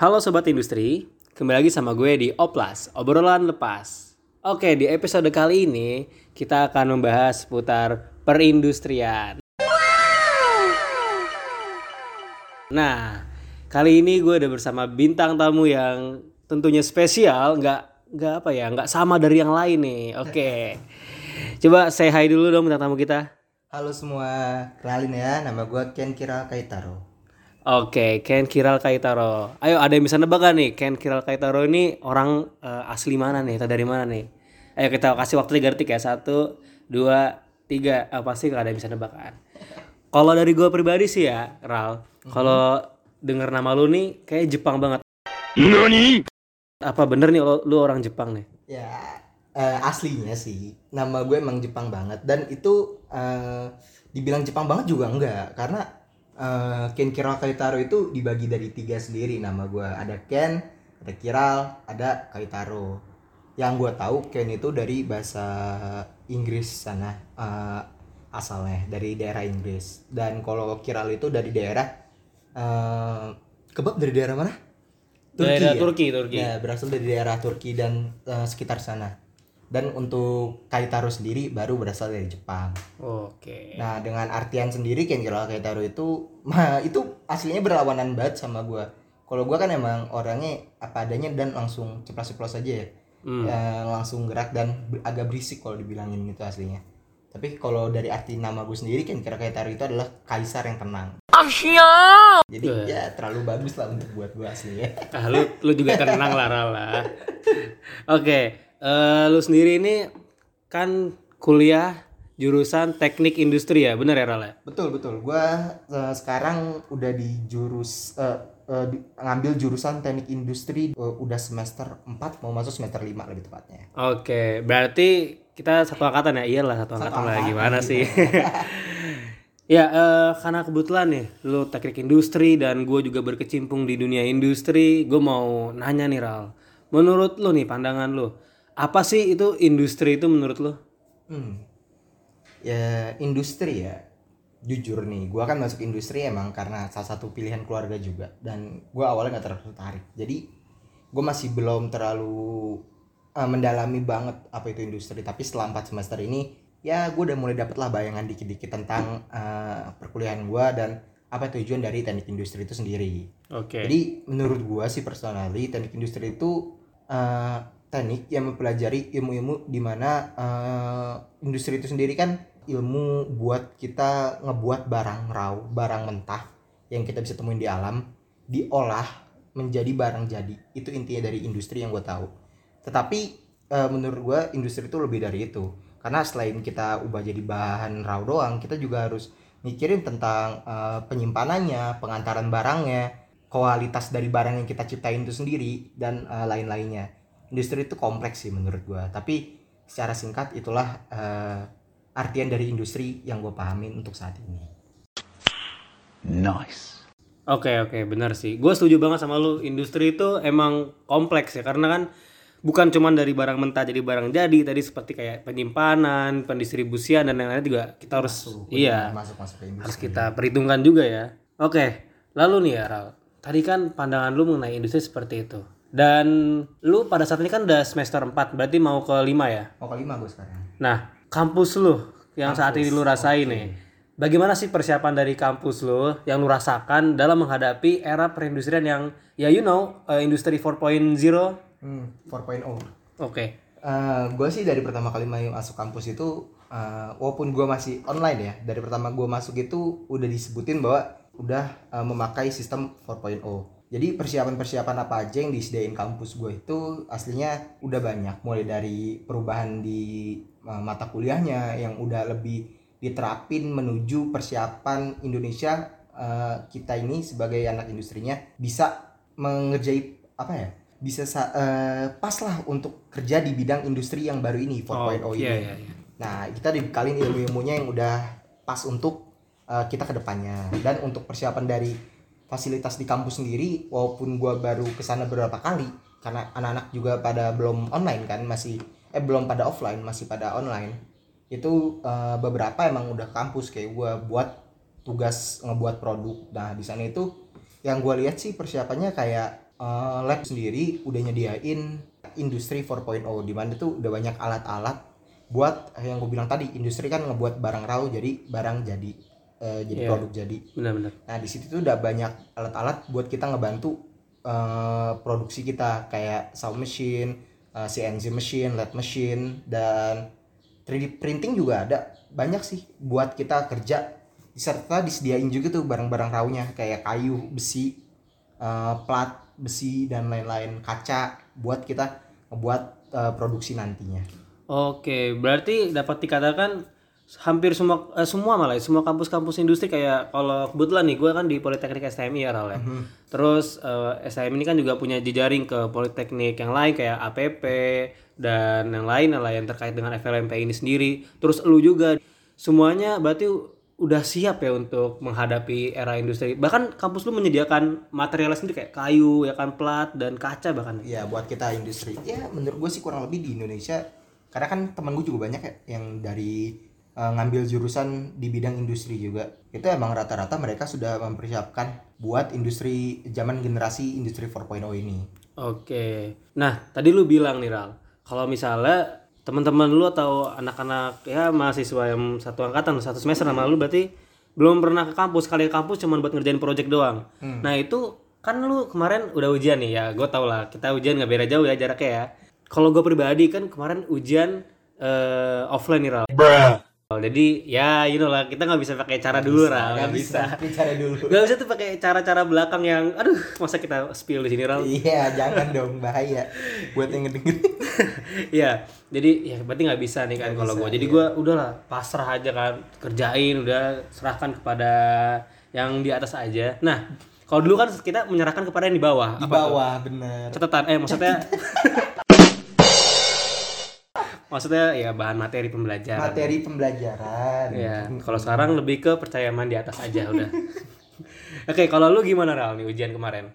Halo Sobat Industri, kembali lagi sama gue di Oplas, obrolan lepas. Oke, di episode kali ini kita akan membahas seputar perindustrian. Nah, kali ini gue udah bersama bintang tamu yang tentunya spesial, nggak sama dari yang lain nih. Oke, coba say hi dulu dong bintang tamu kita. Halo semua, kenalin ya, nama gue Ken Kira Kaitaro. Oke, Ken Kiral Kaitaro. Ayo, ada yang bisa nebak gak nih? Ken Kiral Kaitaro ini orang asli mana nih? Atau dari mana nih? Ayo kita kasih waktu 3 detik ya. 1, 2, 3. Pasti gak ada yang bisa nebak kan? Kalau dari gue pribadi sih ya, Ral. Kalau denger nama lu nih, kayak Jepang banget. Nani? Apa bener nih lu orang Jepang nih? Ya, aslinya sih, nama gue emang Jepang banget. Dan itu dibilang Jepang banget juga enggak. Karena Ken Kira Kaitaro itu dibagi dari 3 sendiri nama gue. Ada Ken, ada Kiral, ada Kaitaro. Yang gue tahu Ken itu dari bahasa Inggris sana, asalnya dari daerah Inggris. Dan kalau Kiral itu dari daerah kebab dari daerah mana? Daerah Ya? Turki. Ya, berasal dari daerah Turki dan sekitar sana. Dan untuk Kaitaro sendiri baru berasal dari Jepang. Oke. Nah, dengan artian sendiri Ken Kira Kaitaro itu itu aslinya berlawanan banget sama gue. Kalau gue kan emang orangnya apa adanya dan langsung ceplos-ceplos aja ya. Langsung gerak dan agak berisik kalau dibilangin gitu aslinya. Tapi kalau dari arti nama gue sendiri Ken Kira Kaitaro itu adalah kaisar yang tenang. Jadi ya terlalu bagus lah untuk buat gue aslinya. Lu juga tenang lah Ral lah. Oke, lu sendiri ini kan kuliah jurusan teknik industri ya, bener ya Ral ya? Betul. Gua sekarang udah ngambil jurusan teknik industri, udah semester 4 mau masuk semester 5 lebih tepatnya. Oke, berarti kita satu angkatan ya? Iyalah satu angkatan lah, gimana sih? Ya, karena kebetulan nih lu teknik industri dan gue juga berkecimpung di dunia industri, gue mau nanya nih Ral. Menurut lu nih, pandangan lu, apa sih itu industri itu menurut lu? Ya industri ya, jujur nih, gua kan masuk industri emang karena salah satu pilihan keluarga juga. Dan gua awalnya nggak terlalu tertarik, jadi gua masih belum terlalu mendalami banget apa itu industri. Tapi setelah 4 semester ini ya gue udah mulai dapet lah bayangan dikit-dikit tentang perkuliahan gue dan apa tujuan dari teknik industri itu sendiri. Oke. Jadi menurut gue sih personally, teknik industri itu teknik yang mempelajari ilmu-ilmu di mana industri itu sendiri kan ilmu buat kita ngebuat barang raw, barang mentah yang kita bisa temuin di alam, diolah menjadi barang jadi. Itu intinya dari industri yang gue tahu. Tetapi menurut gue industri itu lebih dari itu. Karena selain kita ubah jadi bahan raw doang, kita juga harus mikirin tentang penyimpanannya, pengantaran barangnya, kualitas dari barang yang kita ciptain itu sendiri, dan lain-lainnya. Industri itu kompleks sih menurut gue. Tapi secara singkat itulah artian dari industri yang gue pahamin untuk saat ini. Nice. Oke, benar sih. Gue setuju banget sama lu. Industri itu emang kompleks ya, karena kan bukan cuma dari barang mentah jadi barang jadi, tadi seperti kayak penyimpanan, pendistribusian dan lain-lain juga kita harus masuk ke industri. harus kita perhitungkan juga ya. Oke, lalu nih ya Ral. Tadi kan pandangan lu mengenai industri seperti itu. Dan lu pada saat ini kan udah semester 4, berarti mau ke 5 ya? Mau ke 5 gue sekarang. Nah, kampus lu yang saat ini lu rasain nih. Bagaimana sih persiapan dari kampus lu yang lu rasakan dalam menghadapi era perindustrian yang ya industri 4.0? 4.0. Oke. Gue sih dari pertama kali masuk kampus itu, walaupun gue masih online ya, dari pertama gue masuk itu udah disebutin bahwa udah memakai sistem 4.0. Jadi persiapan-persiapan apa aja yang disediain kampus gue itu aslinya udah banyak. Mulai dari perubahan di mata kuliahnya yang udah lebih diterapin menuju persiapan Indonesia, kita ini sebagai anak industrinya bisa mengerjai bisa pas lah untuk kerja di bidang industri yang baru ini 4.0 ini. Iya. Nah, kita dibekalin ilmu-ilmunya yang udah pas untuk kita ke depannya. Dan untuk persiapan dari fasilitas di kampus sendiri, walaupun gua baru kesana beberapa kali karena anak-anak juga pada belum online kan, masih belum pada offline, masih pada online. Itu beberapa emang udah kampus kayak gua buat tugas ngebuat produk. Nah, di sana itu yang gua lihat sih persiapannya kayak lab sendiri udah nyediain industri 4.0 di mana tuh udah banyak alat-alat buat yang gue bilang tadi, industri kan ngebuat barang raw jadi barang jadi Iya. produk jadi. Benar-benar. Nah di situ tuh udah banyak alat-alat buat kita ngebantu produksi kita kayak saw machine, CNC machine, lathe machine, dan 3D printing juga ada banyak sih buat kita kerja, serta disediain juga tuh barang-barang rawnya kayak kayu, besi, plat besi dan lain-lain, kaca buat kita ngebuat produksi nantinya. Oke, berarti dapat dikatakan hampir semua malah ya, semua kampus-kampus industri kayak kalau kebetulan nih gue kan di Politeknik STMI ya Ral ya. Terus STMI ini kan juga punya jejaring ke politeknik yang lain kayak APP dan yang lain lah yang terkait dengan FLMP ini sendiri. Terus lu juga semuanya berarti udah siap ya untuk menghadapi era industri. Bahkan kampus lu menyediakan materialnya sendiri kayak kayu, ya kan, plat dan kaca bahkan. Ya buat kita industri. Ya menurut gue sih kurang lebih di Indonesia, karena kan temen gue juga banyak ya yang dari ngambil jurusan di bidang industri juga. Itu emang rata-rata mereka sudah mempersiapkan buat industri zaman generasi industri 4.0 ini. Oke. Nah, tadi lu bilang nih Ral, kalau misalnya teman-teman lu atau anak-anak ya mahasiswa yang satu angkatan, satu semester sama lu berarti belum pernah ke kampus, kali ke kampus cuma buat ngerjain project doang. Nah, itu kan lu kemarin udah ujian nih ya, gue tau lah kita ujian gak beda jauh ya jaraknya ya. Kalau gue pribadi kan kemarin ujian offline nih Ral. Jadi ya you know lah, kita nggak bisa pakai cara dulu Ral, nggak bisa. Bicara dulu. Nggak bisa tuh pakai cara-cara belakang yang aduh masa kita spill di sini Ral. Iya, jangan dong, bahaya buat yang ngedengerin. Iya, jadi ya berarti nggak bisa nih kan kalau gue. Jadi gue udahlah pasrah aja kan, kerjain, udah serahkan kepada yang di atas aja. Nah, kalau dulu kan kita menyerahkan kepada yang di bawah. Di Apa tuh? bawah, bener. Catatan, maksudnya maksudnya ya bahan materi pembelajaran. Materi pembelajaran. Ya, kalau sekarang lebih ke percayaan di atas aja udah. Oke, kalau lu gimana Ral nih ujian kemarin?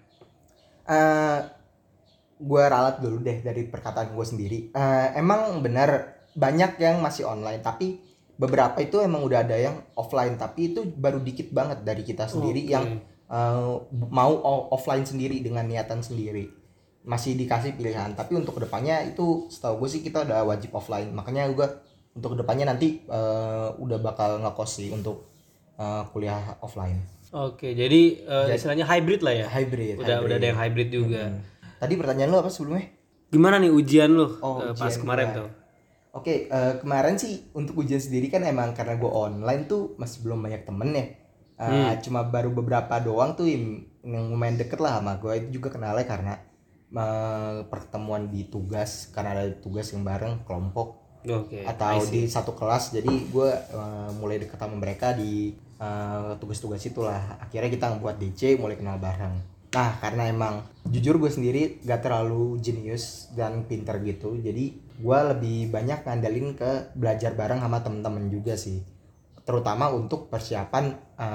Gue ralat dulu deh dari perkataan gue sendiri. Emang benar banyak yang masih online, tapi beberapa itu emang udah ada yang offline, tapi itu baru dikit banget dari kita sendiri yang mau offline sendiri dengan niatan sendiri. Masih dikasih pilihan, tapi untuk kedepannya itu setahu gue sih kita udah wajib offline. Makanya gue untuk kedepannya nanti udah bakal ngekos sih untuk kuliah offline. Oke, jadi istilahnya hybrid lah ya. Hybrid. Udah ada yang hybrid juga. Tadi pertanyaan lu apa sebelumnya? Gimana nih ujian lu pas Ujian kemarin gua. tuh? Oke, kemarin sih untuk ujian sendiri kan emang karena gue online tuh masih belum banyak temen ya. Cuma baru beberapa doang tuh yang lumayan deket lah sama gue. Itu juga kenalnya karena pertemuan di tugas, karena ada tugas yang bareng kelompok Oke. atau di satu kelas. Jadi gue mulai deket sama mereka di tugas-tugas itulah. Akhirnya kita ngebuat DC, mulai kenal bareng. Nah karena emang jujur gue sendiri gak terlalu jenius dan pinter gitu, jadi gue lebih banyak ngandelin ke belajar bareng sama temen-temen juga sih, terutama untuk persiapan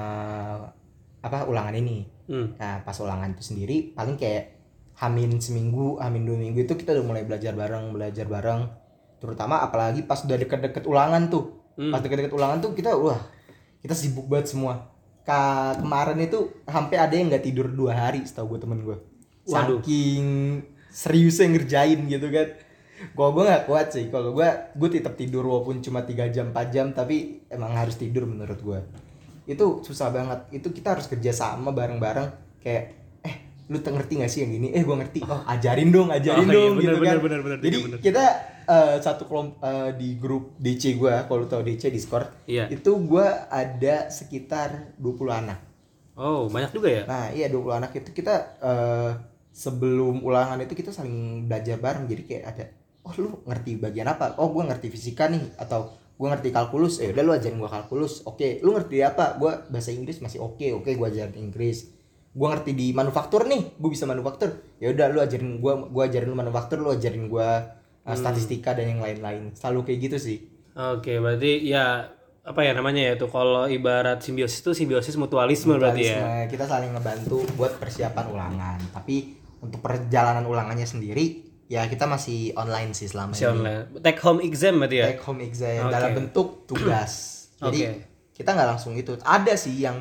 ulangan ini. Nah pas ulangan itu sendiri paling kayak Hamin seminggu, Hamin 2 minggu itu kita udah mulai belajar bareng, terutama apalagi pas udah deket-deket ulangan tuh. Pas deket-deket ulangan tuh kita sibuk banget semua. Kemarin itu sampai ada yang nggak tidur 2 hari setahu gue temen gue. Waduh. Saking seriusnya ngerjain gitu kan. Gue nggak kuat sih. Kalau gue tetap tidur walaupun cuma 3 jam 4 jam, tapi emang harus tidur menurut gue. Itu susah banget. Itu kita harus kerja sama bareng-bareng. Kayak lu ngerti nggak sih yang ini? Gue ngerti. Oh ajarin dong iya, gitu kan. bener, Jadi bener. kita satu kelompok di grup DC gue, kalau lu tahu DC Discord, Iya. itu gue ada sekitar 20 anak. Oh banyak juga ya? Nah iya 20 anak itu kita sebelum ulangan itu kita saling belajar bareng. Jadi kayak ada, oh lu ngerti bagian apa? Oh gue ngerti fisika nih, atau gue ngerti kalkulus. Udah lu ajarin gue kalkulus. Oke, lu ngerti apa? Gue bahasa Inggris masih oke gue ajarin Inggris. Gue ngerti di manufaktur nih, gue bisa manufaktur. Ya udah lu ajarin gue ajarin lu manufaktur, lu ajarin gue statistika dan yang lain-lain. Selalu kayak gitu sih. Oke, berarti ya apa ya namanya ya tuh, kalau ibarat simbiosis itu simbiosis mutualisme berarti ya. Kita saling ngebantu buat persiapan ulangan. Tapi untuk perjalanan ulangannya sendiri ya kita masih online sih selama Masih ini. online. Take home exam berarti ya. Take home exam Oke. dalam bentuk tugas. Jadi Oke. kita nggak langsung itu. Ada sih yang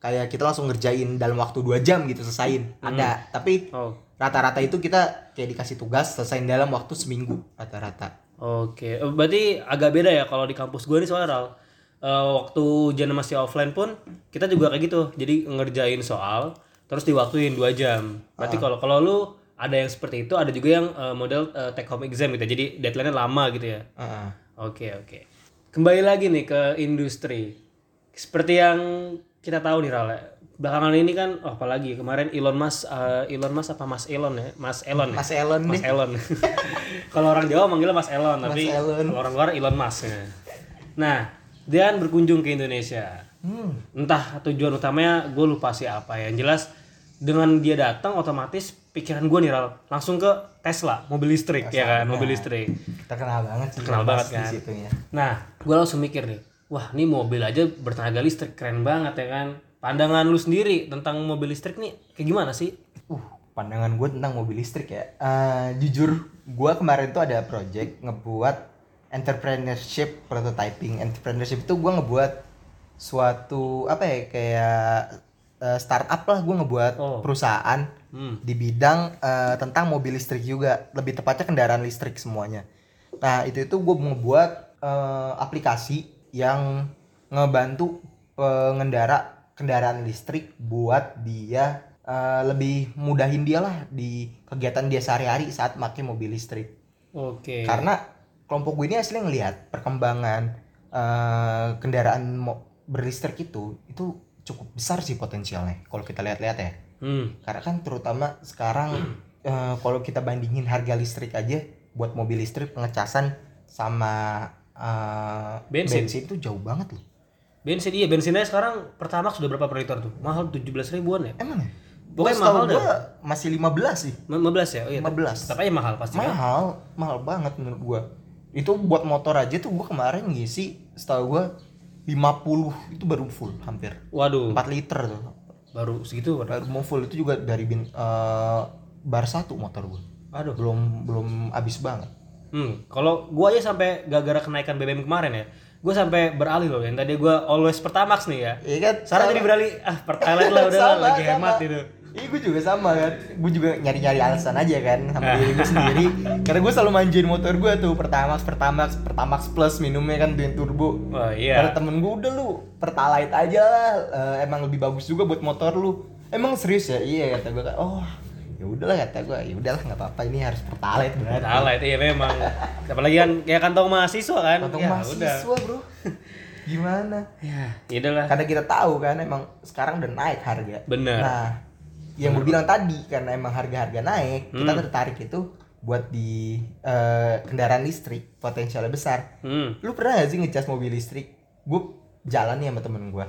kayak kita langsung ngerjain dalam waktu 2 jam gitu selesaiin. Ada, tapi rata-rata itu kita kayak dikasih tugas selesaiin dalam waktu seminggu rata-rata. Oke, berarti agak beda ya kalau di kampus gue nih soalnya Ral. Waktu ujian masih offline pun kita juga kayak gitu. Jadi ngerjain soal terus diwaktuin 2 jam. Berarti kalau lu ada yang seperti itu, ada juga yang model take home exam gitu. Jadi deadline-nya lama gitu ya. Oke. Kembali lagi nih ke industri. Seperti yang kita tahu nih Ral, belakangan ini kan apalagi kemarin Elon Musk apa Mas Elon ya? Mas Elon. Mas Elon. Kalau orang Jawa manggilnya Mas Elon, tapi kalau orang luar Elon Musk ya. Nah, dia kan berkunjung ke Indonesia. Entah tujuan utamanya gue lupa sih apa ya. Yang jelas dengan dia datang otomatis pikiran gue nih Ral langsung ke Tesla, mobil listrik ya kan, mobil listrik. Terkenal banget sih. Terkenal banget kan. Nah, gue langsung mikir nih, wah ini mobil aja bertenaga listrik keren banget ya kan. Pandangan lu sendiri tentang mobil listrik nih kayak gimana sih? Pandangan gue tentang mobil listrik ya. Jujur, gue kemarin tuh ada project ngebuat entrepreneurship prototyping. Entrepreneurship itu gue ngebuat suatu apa ya kayak startup lah. Gue ngebuat perusahaan di bidang tentang mobil listrik juga. Lebih tepatnya kendaraan listrik semuanya. Nah itu gue ngebuat aplikasi yang ngebantu pengendara kendaraan listrik buat dia lebih mudahin dia lah di kegiatan dia sehari-hari saat pakai mobil listrik. Oke. Karena kelompok gue ini asli ngelihat perkembangan kendaraan berlistrik itu cukup besar sih potensialnya kalau kita lihat-lihat ya. Karena kan terutama sekarang kalau kita bandingin harga listrik aja buat mobil listrik pengecasan sama bensin itu jauh banget loh. Bensinnya sekarang Pertamax sudah berapa per liter tuh? Mahal 17 ribuan ya? Emang ya? Pokoknya mahal dah. Masih 15 sih. 15 ya? Oh iya. 15. Tapi aja mahal pasti kan? Mahal banget menurut gua. Itu buat motor aja tuh gua kemarin ngisi setahu gua 50 itu baru full hampir. Waduh. 4 liter tuh. Baru segitu baru mau full itu juga dari bar 1 motor gua. Aduh. Belum habis banget. Kalau gua aja sampai gara-gara kenaikan BBM kemarin ya, gue sampai beralih loh. Yang tadi gue always Pertamax nih ya. Iya kan? Sekarang jadi beralih Pertalite lah udah lagi hemat gitu. Iya gue juga sama kan. Gue juga nyari-nyari alasan aja kan sama diri gue sendiri. Karena gue selalu manjain motor gue tuh Pertamax Plus minumnya kan twin turbo. Oh iya. Karena temen gue udah lu Pertalite aja lah. Emang lebih bagus juga buat motor lu. Emang serius ya? Iya kata gue kan. Oh ya udahlah kata gue, ya udahlah nggak apa-apa ini harus Pertalite berarti. Pertalite iya memang. Apalagi kan kayak kantong mahasiswa kan. Kantong mahasiswa bro. Gimana? Ya, idahlah. Karena kita tahu kan emang sekarang udah naik harga. Bener. Nah, yang gue bilang tadi karena emang harga-harga naik, kita tertarik itu buat di kendaraan listrik potensialnya besar. Lu pernah gak sih ngecas mobil listrik? Gue jalan nih sama temen gue.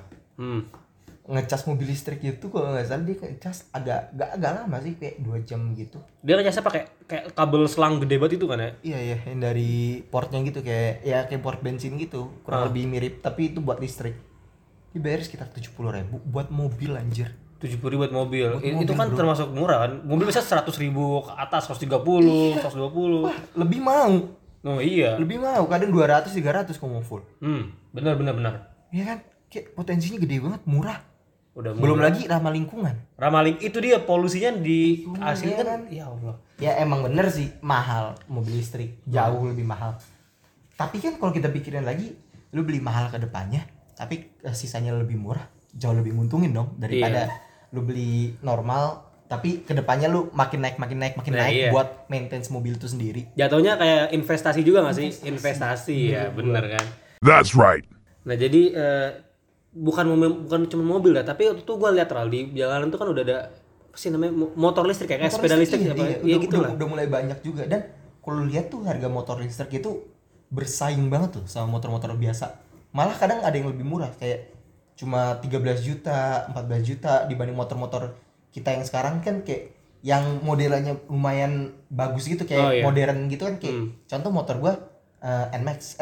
Ngecas mobil listrik itu kalau nggak salah dia ngecas agak lama sih kayak 2 jam gitu. Dia ngecasnya pakai kayak kabel selang gede banget itu kan ya? Iya yang dari portnya gitu kayak port bensin gitu kurang lebih mirip tapi itu buat listrik. Dibayar sekitar 70.000 buat mobil anjir. 70.000 buat mobil. Itu kan bro. Termasuk murah kan? Mobil bisa 100.000 ke atas, 130, 120. Wah, lebih mau. Oh iya. Lebih mau kadang 200 300 kalau mau full. Benar. Iya kan? Kayak potensinya gede banget, murah. Udah belum lagi ramah lingkungan. Itu dia polusinya di asli kan. Ya Allah. Ya emang bener sih mahal mobil listrik, jauh lebih mahal. Tapi kan kalau kita pikirin lagi, lu beli mahal ke depannya, tapi sisanya lebih murah, jauh lebih nguntungin dong daripada lu beli normal tapi ke depannya lu makin naik buat maintenance mobil itu sendiri. Jatuhnya kayak investasi juga enggak sih? Investasi ya, bener kan. That's right. Nah, jadi bukan cuma mobil lah, tapi waktu itu gue lihat di jalanan tuh kan udah ada apa sih namanya motor listrik kayak sepeda listrik apa ya gitu lah. Udah mulai banyak juga dan kalau lihat tuh harga motor listrik itu bersaing banget tuh sama motor-motor biasa. Malah kadang ada yang lebih murah kayak cuma 13 juta, 14 juta dibanding motor-motor kita yang sekarang kan kayak yang modelnya lumayan bagus gitu kayak modern gitu kan kayak contoh motor gue NMAX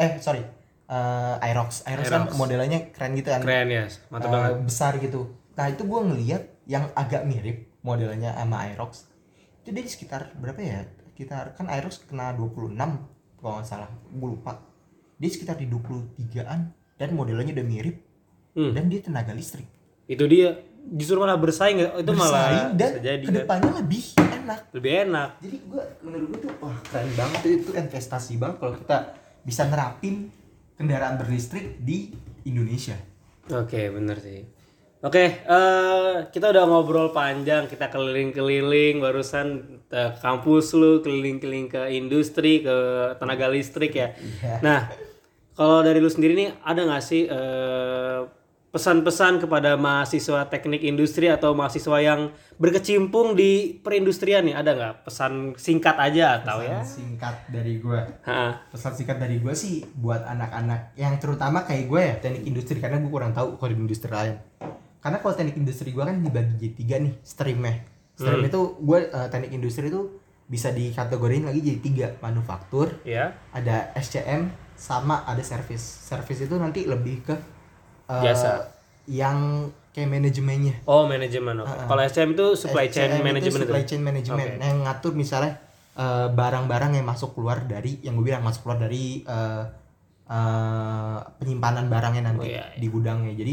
Aerox kan modelnya keren gitu kan. Keren ya, mantap banget. Besar gitu. Nah itu gue ngelihat yang agak mirip modelnya sama Aerox. Itu dia di sekitar berapa ya? Sekitar kan Aerox kena 26 kalau nggak salah. Gue lupa. Dia sekitar di 23-an dan modelnya udah mirip. Dan dia tenaga listrik. Itu dia justru malah bersaing itu malah Bersaing dan bisa jadi kan. kedepannya lebih enak. Lebih enak. Jadi menurut gue tuh wah keren banget itu investasi banget kalau kita bisa nerapin kendaraan berlistrik di Indonesia. Oke, bener sih. Oke, kita udah ngobrol panjang, kita keliling-keliling barusan kampus lu, keliling-keliling ke industri, ke tenaga listrik ya. Iya. Nah, kalau dari lu sendiri nih ada nggak sih pesan-pesan kepada mahasiswa teknik industri atau mahasiswa yang berkecimpung di perindustrian nih, ada nggak pesan singkat aja atau ya? Singkat dari gue. Ha. Pesan singkat dari gue sih buat anak-anak yang terutama kayak gue ya teknik industri, karena gue kurang tahu kalau di industri lain. Karena kalau teknik industri gue kan dibagi jadi 3 nih streamnya. Stream itu gue teknik industri itu bisa dikategoriin lagi jadi 3, manufaktur, Ya. ada SCM, sama ada service. Service itu nanti lebih ke Jasa. yang kayak manajemennya. Oh, manajemen. Oke. Kalau SCM itu supply chain SCM itu management supply itu. chain management. Oke. Yang ngatur misalnya barang-barang yang masuk keluar dari, yang gue bilang masuk keluar dari penyimpanan barangnya nanti Oh, iya. di gudangnya. Jadi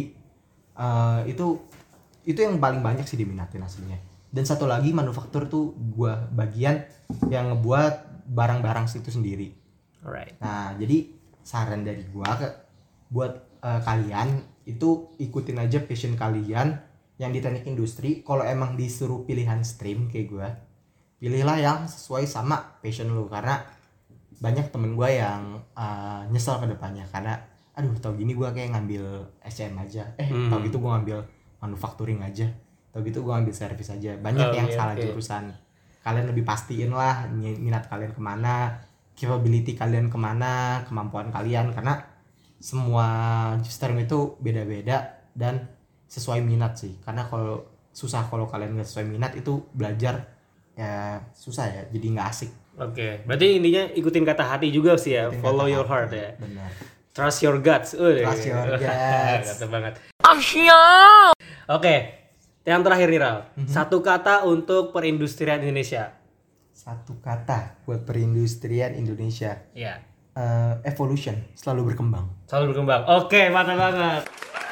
itu yang paling banyak sih diminatin aslinya. Dan satu lagi manufaktur tuh gua bagian yang ngebuat barang-barang itu sendiri. Alright. Nah, jadi saran dari gua buat kalian itu ikutin aja passion kalian yang di teknik industri. Kalau emang disuruh pilihan stream kayak gua, pilihlah yang sesuai sama passion lu, karena banyak temen gua yang nyesel ke depannya karena aduh tau gini gua kayak ngambil SCM aja, tau gitu gua ngambil manufacturing aja, tau gitu gua ngambil service aja. Banyak yang salah jurusan. Kalian lebih pastiin lah minat kalian kemana, capability kalian kemana, kemampuan kalian, karena semua stream itu beda-beda dan sesuai minat sih. Karena kalau susah kalau kalian nggak sesuai minat itu belajar ya susah ya, jadi nggak asik. Oke, berarti intinya ikutin kata hati juga sih ya, Ikutin follow kata your hati. heart ya. Benar. Trust your guts. Trust your guts. Kata banget. Oke, yang terakhir nih Ral. Satu kata untuk perindustrian Indonesia. Satu kata buat perindustrian Indonesia. Iya. Evolution, selalu berkembang. Selalu berkembang. Oke, mantap banget.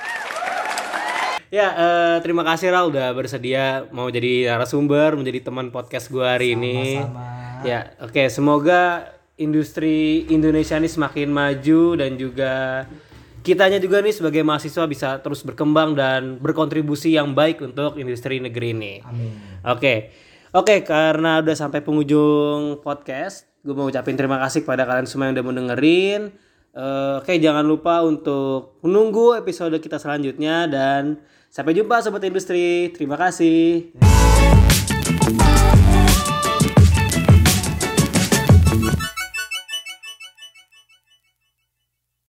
Ya, terima kasih Ral udah bersedia mau jadi narasumber, menjadi teman podcast gua hari ini. Sama-sama. Ya, oke, semoga industri Indonesia ini semakin maju dan juga kitanya juga nih sebagai mahasiswa bisa terus berkembang dan berkontribusi yang baik untuk industri negeri ini. Amin. Oke, karena udah sampai penghujung podcast, gue mau ucapin terima kasih kepada kalian semua yang udah mendengerin. Oke, jangan lupa untuk menunggu episode kita selanjutnya dan sampai jumpa Sobat Industri. Terima kasih.